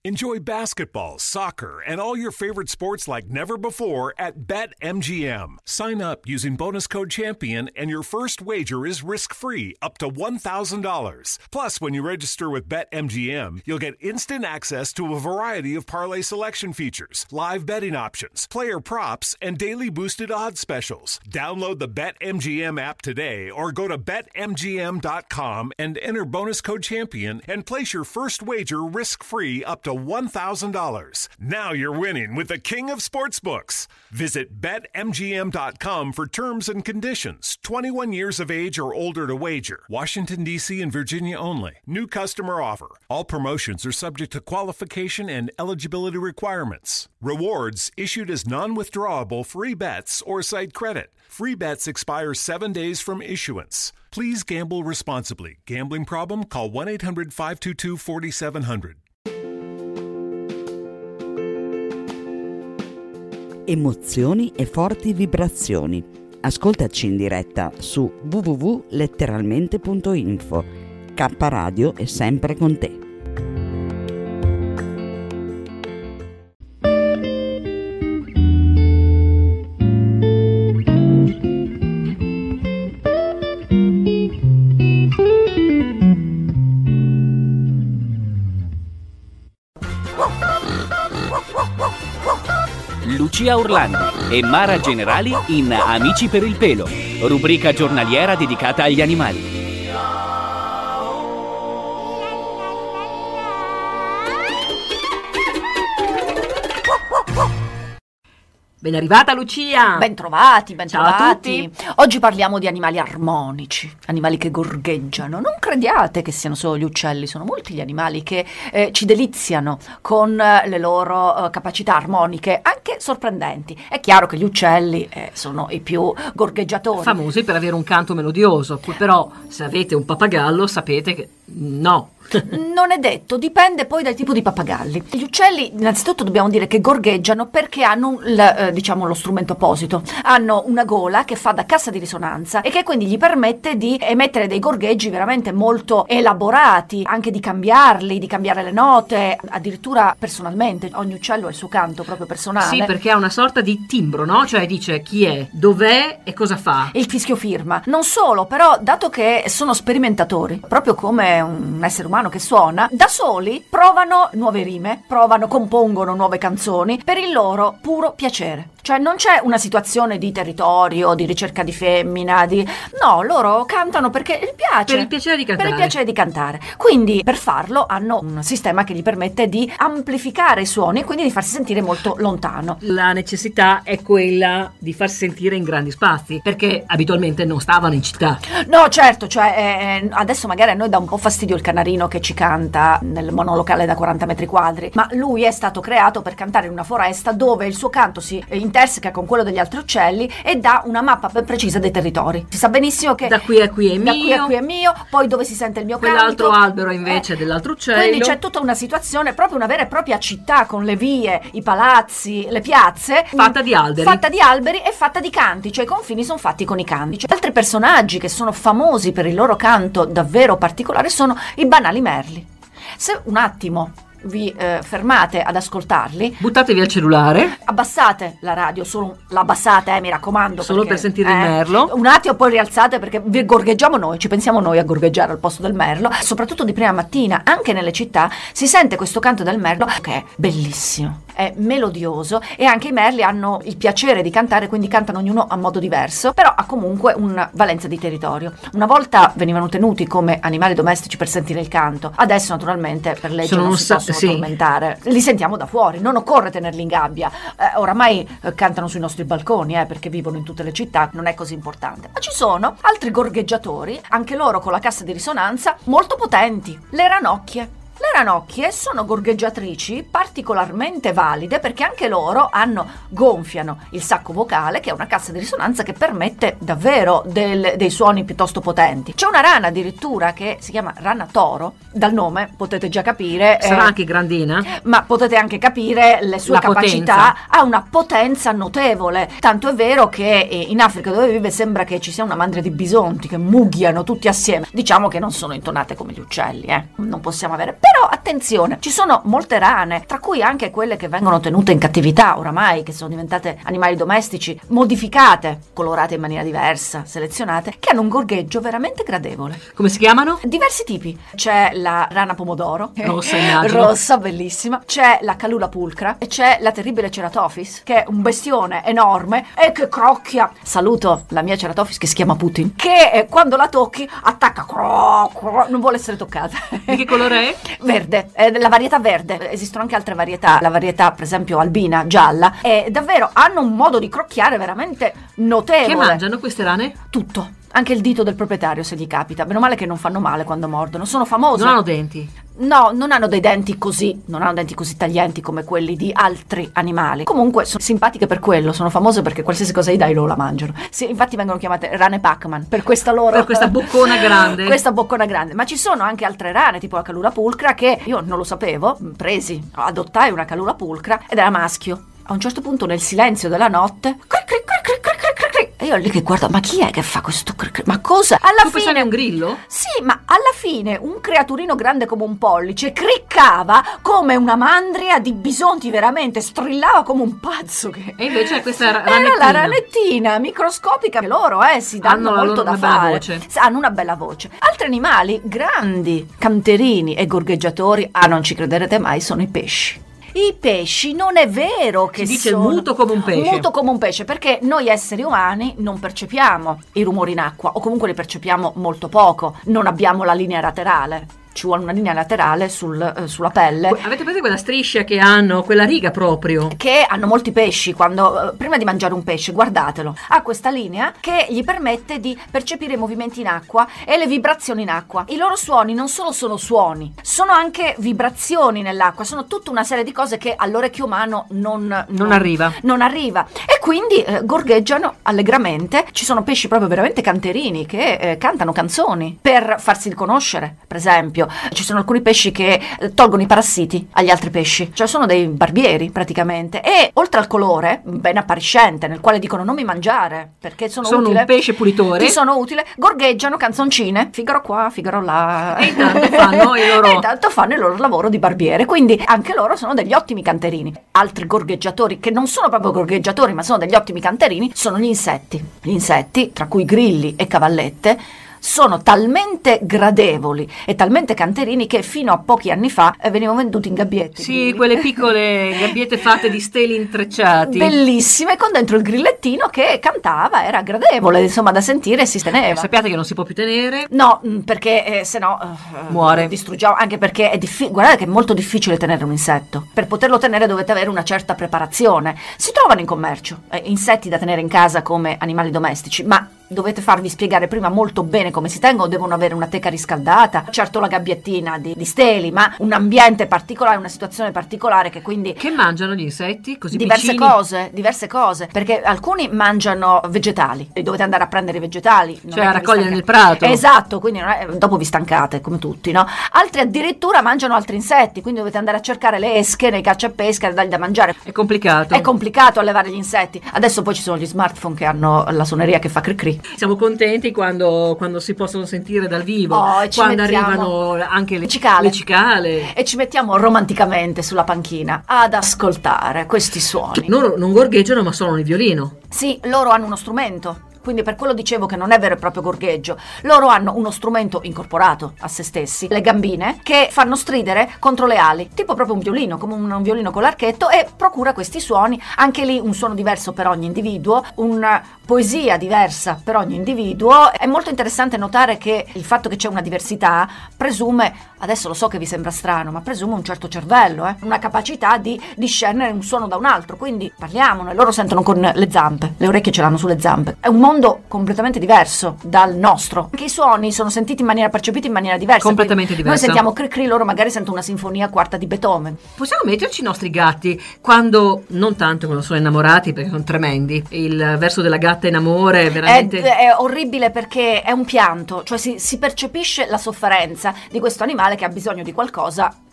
Enjoy basketball, soccer, and all your favorite sports like never before at BetMGM. Sign up using bonus code CHAMPION and your first wager is risk-free up to $1,000. Plus, when you register with BetMGM, you'll get instant access to a variety of parlay selection features, live betting options, player props, and daily boosted odds specials. Download the BetMGM app today or go to BetMGM.com and enter bonus code CHAMPION and place your first wager risk-free up to $1,000. Now you're winning with the king of sportsbooks. Visit BetMGM.com for terms and conditions. 21 years of age or older to wager. Washington, D.C. and Virginia only. New customer offer. All promotions are subject to qualification and eligibility requirements. Rewards issued as non-withdrawable free bets or site credit. Free bets expire 7 days from issuance. Please gamble responsibly. Gambling problem? Call 1-800-522-4700. Emozioni e forti vibrazioni. Ascoltaci in diretta su www.letteralmente.info. K Radio è sempre con te. Lucia Orlandi e Mara Generali in Amici per il pelo, rubrica giornaliera dedicata agli animali. Ben arrivata Lucia! Bentrovati. Ciao a tutti. Oggi parliamo di animali armonici, animali che gorgheggiano. Non crediate che siano solo gli uccelli, sono molti gli animali che ci deliziano con le loro capacità armoniche, anche sorprendenti. È chiaro che gli uccelli sono i più gorgheggiatori. Famosi per avere un canto melodioso, però se avete un pappagallo sapete che no. Non è detto, dipende poi dal tipo di pappagalli. Gli uccelli, innanzitutto dobbiamo dire che gorgheggiano perché hanno lo strumento apposito. Hanno una gola che fa da cassa di risonanza e che quindi gli permette di emettere dei gorgheggi veramente molto elaborati, anche di cambiarli, di cambiare le note. Addirittura personalmente ogni uccello ha il suo canto proprio personale. Sì, perché ha una sorta di timbro, no? Cioè dice chi è, dov'è e cosa fa. Il fischio firma. Non solo, però, dato che sono sperimentatori, proprio come un essere umano che suona, da soli provano nuove rime, compongono nuove canzoni per il loro puro piacere. Cioè non c'è una situazione di territorio, di ricerca di femmina, no, loro cantano perché gli piace. Per il piacere di cantare. Per il piacere di cantare. Quindi per farlo hanno un sistema che gli permette di amplificare i suoni e quindi di farsi sentire molto lontano. La necessità è quella di farsi sentire in grandi spazi, perché abitualmente non stavano in città. No, certo, cioè adesso magari a noi dà un po' fastidio il canarino che ci canta nel monolocale da 40 metri quadri, ma lui è stato creato per cantare in una foresta dove il suo canto si interseca con quello degli altri uccelli e dà una mappa ben precisa dei territori. Si sa benissimo che da qui a qui è mio, da qui a qui è mio, poi dove si sente il mio canto. Quell'altro albero invece dell'altro uccello. Quindi c'è tutta una situazione, proprio una vera e propria città con le vie, i palazzi, le piazze. Fatta di alberi. Fatta di alberi e fatta di canti, cioè i confini sono fatti con i canti. Cioè, altri personaggi che sono famosi per il loro canto davvero particolare sono i banali merli. Se un attimo vi fermate ad ascoltarli, buttatevi al cellulare, abbassate la radio, l'abbassate, mi raccomando, solo per sentire il merlo, un attimo, poi rialzate perché vi gorgheggiamo noi, ci pensiamo noi a gorgheggiare al posto del merlo. Soprattutto di prima mattina, anche nelle città, si sente questo canto del merlo che è bellissimo, è melodioso, e anche i merli hanno il piacere di cantare, quindi cantano ognuno a modo diverso, però ha comunque una valenza di territorio. Una volta venivano tenuti come animali domestici per sentire il canto, adesso naturalmente per legge non si possono tormentare, li sentiamo da fuori, non occorre tenerli in gabbia, oramai cantano sui nostri balconi perché vivono in tutte le città, non è così importante. Ma ci sono altri gorgheggiatori, anche loro con la cassa di risonanza, molto potenti, le ranocchie. Le ranocchie sono gorgheggiatrici particolarmente valide perché anche loro gonfiano il sacco vocale, che è una cassa di risonanza che permette davvero dei suoni piuttosto potenti. C'è una rana addirittura che si chiama rana toro, dal nome potete già capire. Sarà anche grandina? Ma potete anche capire le sue capacità, ha una potenza notevole. Tanto è vero che in Africa dove vive sembra che ci sia una mandria di bisonti che mugghiano tutti assieme. Diciamo che non sono intonate come gli uccelli, non possiamo avere. Però Però attenzione, ci sono molte rane, tra cui anche quelle che vengono tenute in cattività oramai, che sono diventate animali domestici, modificate, colorate in maniera diversa, selezionate, che hanno un gorgheggio veramente gradevole. Come si chiamano? Diversi tipi. C'è la rana pomodoro, Rossa, immagino. rossa, bellissima. C'è la calula pulcra e c'è la terribile Ceratophis, che è un bestione enorme e che crocchia. Saluto la mia Ceratophis che si chiama Putin, che quando la tocchi attacca, non vuole essere toccata. Di che colore è? Verde, la varietà verde. Esistono anche altre varietà, la varietà per esempio albina, gialla, e davvero hanno un modo di crocchiare veramente notevole. Che mangiano queste rane? Tutto, anche il dito del proprietario se gli capita. Meno male che non fanno male quando mordono, sono famose. Non hanno denti? No, non hanno dei denti così, non hanno denti così taglienti come quelli di altri animali. Comunque sono simpatiche per quello, sono famose perché qualsiasi cosa gli dai loro la mangiano. Sì, infatti vengono chiamate rane Pac-Man per questa loro... Per questa boccona grande. Questa boccona grande. Ma ci sono anche altre rane, tipo la calula pulcra, che io non lo sapevo, adottai una calula pulcra ed era maschio. A un certo punto nel silenzio della notte, e io lì che guardo, ma chi è che fa questo ma cosa? Alla Tu fine pensavi a un grillo? Sì, ma alla fine un creaturino grande come un pollice criccava come una mandria di bisonti, veramente strillava come un pazzo. Che E invece questa era ranettina. la ranettina microscopica, che loro si danno Hanno la molto loro da una bella fare. voce. Hanno una bella voce. Altri animali grandi, canterini e gorgheggiatori, non ci crederete mai, sono i pesci. I pesci non è vero che Si dice sono muto come un pesce. Muto come un pesce, perché noi esseri umani non percepiamo i rumori in acqua, o comunque li percepiamo molto poco. Non abbiamo la linea laterale. Ci vuole una linea laterale sulla pelle. Avete presente quella striscia che hanno, quella riga proprio? Che hanno molti pesci, quando prima di mangiare un pesce, guardatelo, ha questa linea che gli permette di percepire i movimenti in acqua e le vibrazioni in acqua. I loro suoni non solo sono suoni, sono anche vibrazioni nell'acqua, sono tutta una serie di cose che all'orecchio umano non arriva. Non arriva. E quindi gorgheggiano allegramente. Ci sono pesci proprio veramente canterini che cantano canzoni per farsi riconoscere, per esempio. Ci sono alcuni pesci che tolgono i parassiti agli altri pesci, cioè sono dei barbieri praticamente. E oltre al colore ben appariscente, nel quale dicono non mi mangiare perché sono utile, un pesce pulitore, ti sono utile, gorgheggiano canzoncine, Figaro qua, Figaro là, e intanto fanno il loro lavoro di barbiere. Quindi anche loro sono degli ottimi canterini. Altri gorgheggiatori che non sono proprio gorgheggiatori ma sono degli ottimi canterini sono gli insetti. Gli insetti, tra cui grilli e cavallette, sono talmente gradevoli e talmente canterini che fino a pochi anni fa venivano venduti in gabbietti. Sì, quelle piccole gabbiette fatte di steli intrecciati. Bellissime, con dentro il grillettino che cantava, era gradevole, insomma, da sentire e si teneva. Sappiate che non si può più tenere. No, perché se no muore. Distruggiamo, anche perché è guardate che è molto difficile tenere un insetto. Per poterlo tenere dovete avere una certa preparazione. Si trovano in commercio insetti da tenere in casa come animali domestici, ma dovete farvi spiegare prima molto bene come si tengono. Devono avere una teca riscaldata, certo la gabbiettina di steli, ma un ambiente particolare, una situazione particolare, che quindi... Che mangiano gli insetti? Così diverse piccini? cose, perché alcuni mangiano vegetali e dovete andare a prendere i vegetali, cioè a raccogliere nel prato. Esatto, quindi dopo vi stancate come tutti, no? Altri addirittura mangiano altri insetti, quindi dovete andare a cercare le esche nei caccia e pesca e dargli da mangiare. È complicato allevare gli insetti. Adesso poi ci sono gli smartphone che hanno la suoneria che fa cri. Siamo contenti quando si possono sentire dal vivo, quando arrivano anche le cicale. E ci mettiamo romanticamente sulla panchina ad ascoltare questi suoni. Loro non gorgheggiano ma suonano il violino. Sì, loro hanno uno strumento. Quindi per quello dicevo che non è vero e proprio gorgheggio. Loro hanno uno strumento incorporato a se stessi, le gambine, che fanno stridere contro le ali, tipo proprio un violino, come un violino con l'archetto, e procura questi suoni. Anche lì un suono diverso per ogni individuo, una poesia diversa per ogni individuo. È molto interessante notare che il fatto che c'è una diversità presume, adesso lo so che vi sembra strano, ma presume un certo cervello, una capacità di discernere un suono da un altro. Quindi parliamone, loro sentono con le zampe, le orecchie ce l'hanno sulle zampe. È un mondo completamente diverso dal nostro. Anche i suoni sono sentiti in maniera, percepiti in maniera diversa. Completamente diversa. Noi sentiamo cri, loro magari sentono una sinfonia quarta di Beethoven. Possiamo metterci i nostri gatti quando, non tanto quando sono innamorati, perché sono tremendi. Il verso della gatta in amore è veramente... È orribile, perché è un pianto, cioè si percepisce la sofferenza di questo animale che ha bisogno di qualcosa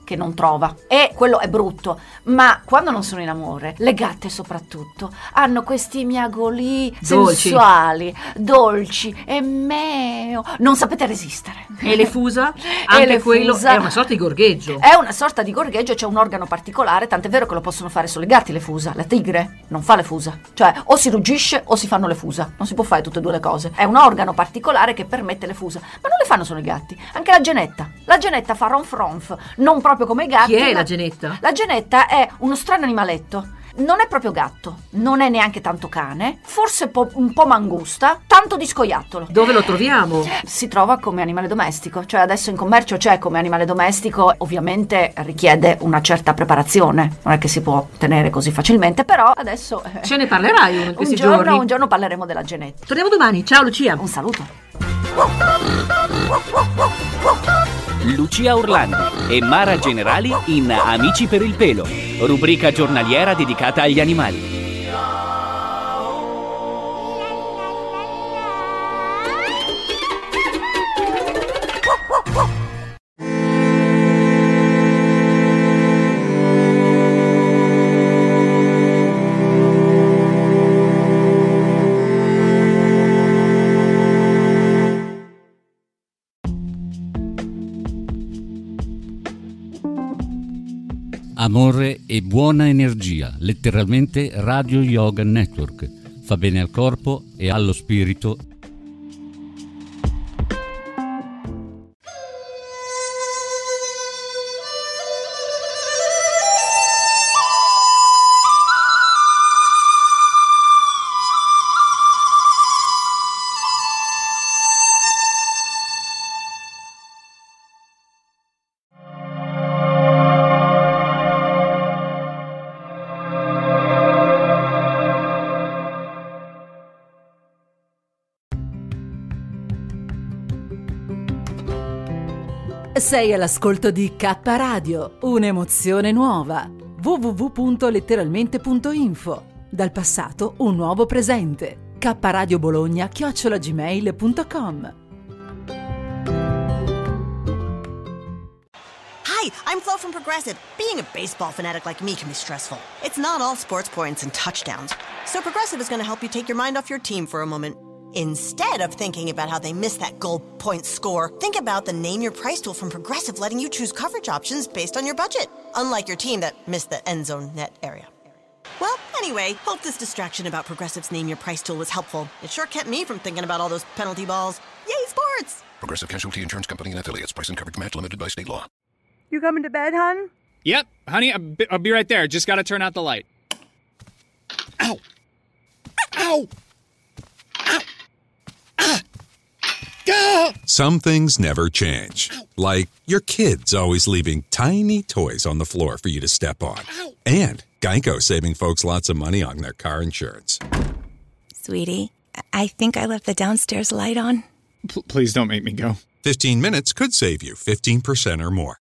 che non trova, e quello è brutto. Ma quando non sono in amore, le gatte soprattutto hanno questi miagolì sensuali, dolci e meo, non sapete resistere. E le fusa? Anche quello è una sorta di gorgheggio. È una sorta di gorgheggio, c'è un organo particolare, tant'è vero che lo possono fare solo i gatti le fusa. La tigre non fa le fusa, cioè o si ruggisce o si fanno le fusa, non si può fare tutte e due le cose. È un organo particolare che permette le fusa, ma non le fanno solo i gatti, anche la genetta fa ronf ronf, non proprio come i gatti. Chi è la genetta? La genetta è uno strano animaletto. Non è proprio gatto, non è neanche tanto cane, forse un po' mangusta, tanto di scoiattolo. Dove lo troviamo? Si trova come animale domestico, cioè adesso in commercio c'è come animale domestico, ovviamente richiede una certa preparazione, non è che si può tenere così facilmente, però adesso... Ce ne parlerai uno in questi giorni? Un giorno parleremo della genetta. Torniamo domani, ciao Lucia. Un saluto. Lucia Orlandi e Mara Generali in Amici per il pelo, rubrica giornaliera dedicata agli animali. Amore e buona energia, letteralmente Radio Yoga Network. Fa bene al corpo e allo spirito. Sei all'ascolto di K Radio, un'emozione nuova. www.letteralmente.info. Dal passato un nuovo presente. kradiobologna@gmail.com. Hi, I'm Flo from Progressive. Being a baseball fanatic like me can be stressful. It's not all sports points and touchdowns. So Progressive is going to help you take your mind off your team for a moment. Instead of thinking about how they missed that goal point score, think about the Name Your Price tool from Progressive, letting you choose coverage options based on your budget, unlike your team that missed the end zone net area. Well, anyway, hope this distraction about Progressive's Name Your Price tool was helpful. It sure kept me from thinking about all those penalty balls. Yay, sports! Progressive Casualty Insurance Company and Affiliates. Price and coverage match limited by state law. You coming to bed, hon? Yep, honey, I'll be right there. Just gotta turn out the light. Ow! Ow! Ow! Ah! Ah! Some things never change. Like your kids always leaving tiny toys on the floor for you to step on. And Geico saving folks lots of money on their car insurance. Sweetie, I think I left the downstairs light on. Please don't make me go. 15 minutes could save you 15% or more.